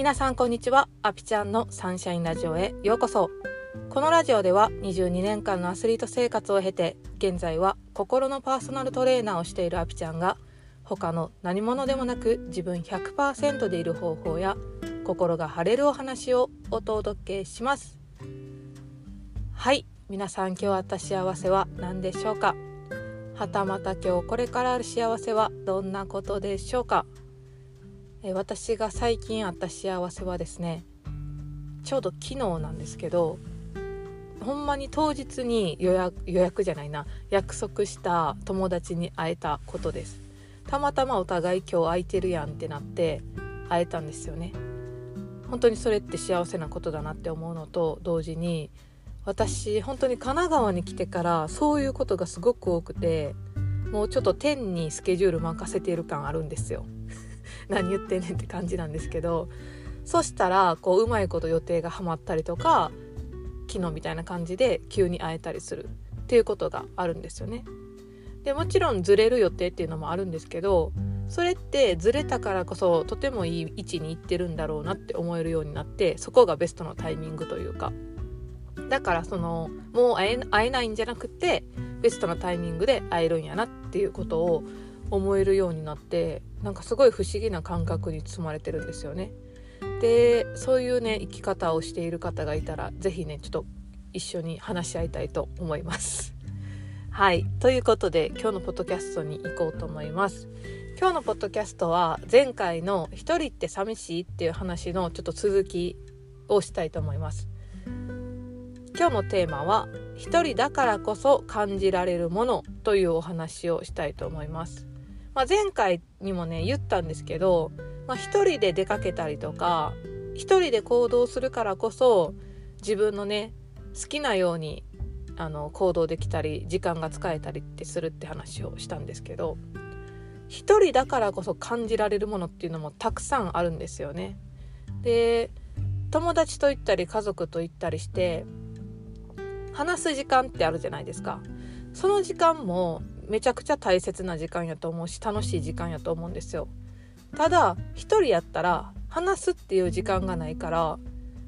皆さんこんにちは。アピちゃんのサンシャインラジオへようこそ。このラジオでは22年間のアスリート生活を経て、現在は心のパーソナルトレーナーをしているアピちゃんが、他の何者でもなく自分 100% でいる方法や心が晴れるお話をお届けします。はい、皆さん今日あった幸せは何でしょうか。はたまた今日これからある幸せはどんなことでしょうか。私が最近あった幸せはですね、ちょうど昨日なんですけど、ほんまに当日に約束した友達に会えたことです。たまたまお互い今日空いてるやんってなって会えたんですよね。本当にそれって幸せなことだなって思うのと同時に、私本当に神奈川に来てからそういうことがすごく多くて、もうちょっと天にスケジュール任せている感あるんですよ何言ってんねんって感じなんですけど、そしたらうまいこと予定がはまったりとか、昨日みたいな感じで急に会えたりするっていうことがあるんですよね。でもちろんずれる予定っていうのもあるんですけど、それってずれたからこそとてもいい位置に行ってるんだろうなって思えるようになって、そこがベストのタイミングというか、だからもう会えないんじゃなくてベストなタイミングで会えるんやなっていうことを思えるようになって、なんかすごい不思議な感覚に包まれてるんですよね。で、そういうね生き方をしている方がいたら、ぜひねちょっと一緒に話し合いたいと思いますはい、ということで今日のポッドキャストに行こうと思います。今日のポッドキャストは前回の一人って寂しいっていう話のちょっと続きをしたいと思います。今日のテーマは一人だからこそ感じられるものというお話をしたいと思います。前回にもね言ったんですけど、一人で出かけたりとか一人で行動するからこそ自分のね好きなように行動できたり時間が使えたりってするって話をしたんですけど、一人だからこそ感じられるものっていうのもたくさんあるんですよね。で、友達と行ったり家族と行ったりして話す時間ってあるじゃないですか。その時間もめちゃくちゃ大切な時間やと思うし、楽しい時間やと思うんですよ。ただ一人やったら話すっていう時間がないから、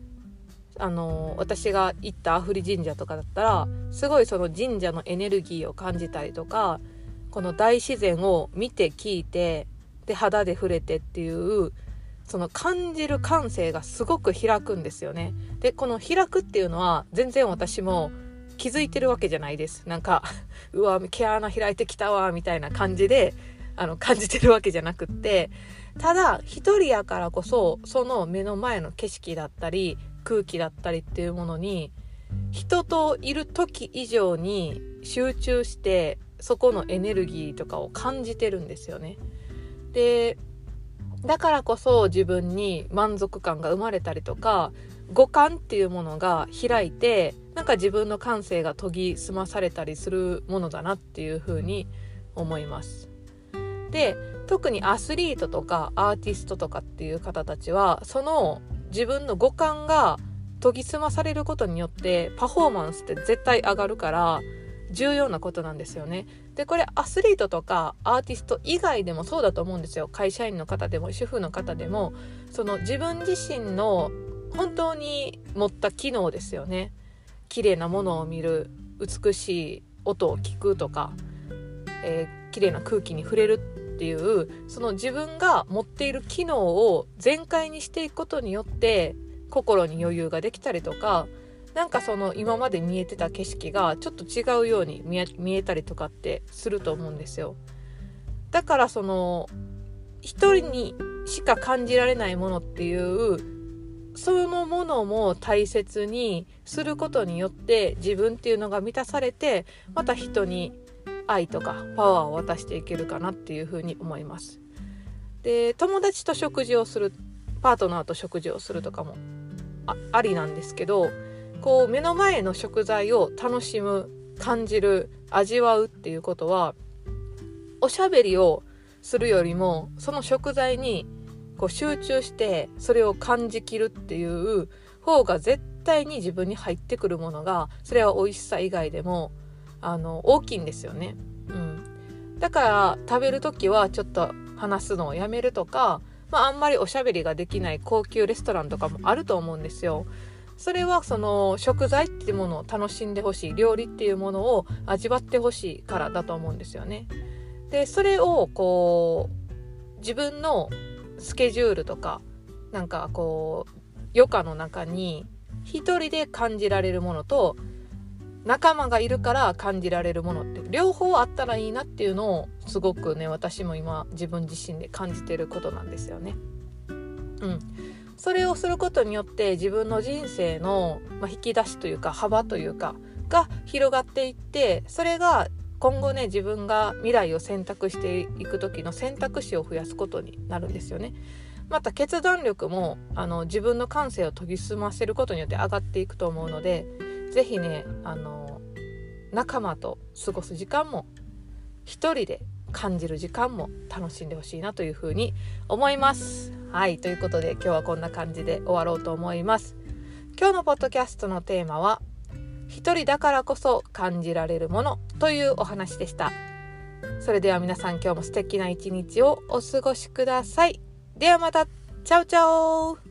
私が行った阿夫利神社とかだったらすごいその神社のエネルギーを感じたりとか、この大自然を見て聞いて、で肌で触れてっていうその感じる感性がすごく開くんですよね。でこの開くっていうのは全然私も気づいてるわけじゃないです。なんかうわ毛穴開いてきたわみたいな感じで感じてるわけじゃなくって、ただ一人やからこそその目の前の景色だったり空気だったりっていうものに人といる時以上に集中して、そこのエネルギーとかを感じてるんですよね。でだからこそ自分に満足感が生まれたりとか、五感っていうものが開いて、なんか自分の感性が研ぎ澄まされたりするものだなっていうふうに思います。で、特にアスリートとかアーティストとかっていう方たちは、その自分の五感が研ぎ澄まされることによってパフォーマンスって絶対上がるから重要なことなんですよね。でこれアスリートとかアーティスト以外でもそうだと思うんですよ。会社員の方でも主婦の方でも、その自分自身の本当に持った機能ですよね。綺麗なものを見る、美しい音を聞くとか、綺麗な空気に触れるっていう、その自分が持っている機能を全開にしていくことによって心に余裕ができたりとか、なんかその今まで見えてた景色がちょっと違うように見えたりとかってすると思うんですよ。だからその一人にしか感じられないものっていうそのものも大切にすることによって自分っていうのが満たされて、また人に愛とかパワーを渡していけるかなっていうふうに思います。で、友達と食事をする、パートナーと食事をするとかも ありなんですけど、目の前の食材を楽しむ、感じる、味わうっていうことは、おしゃべりをするよりもその食材に集中してそれを感じきるっていう方が絶対に自分に入ってくるものが、それは美味しさ以外でも大きいんですよね。だから食べるときはちょっと話すのをやめるとか、 あんまりおしゃべりができない高級レストランとかもあると思うんですよ。それはその食材っていうものを楽しんでほしい、料理っていうものを味わってほしいからだと思うんですよね。でそれをこう自分のスケジュールとかなんかこう余暇の中に一人で感じられるものと仲間がいるから感じられるものって両方あったらいいなっていうのをすごくね、私も今自分自身で感じていることなんですよね。それをすることによって自分の人生の、引き出しというか幅というかが広がっていって、それが今後ね、自分が未来を選択していく時の選択肢を増やすことになるんですよね。また決断力も自分の感性を研ぎ澄ませることによって上がっていくと思うので、ぜひね仲間と過ごす時間も一人で感じる時間も楽しんでほしいなというふうに思います。はい、ということで今日はこんな感じで終わろうと思います。今日のポッドキャストのテーマは一人だからこそ感じられるものというお話でした。それでは皆さん、今日も素敵な一日をお過ごしください。ではまた。チャオチャオ。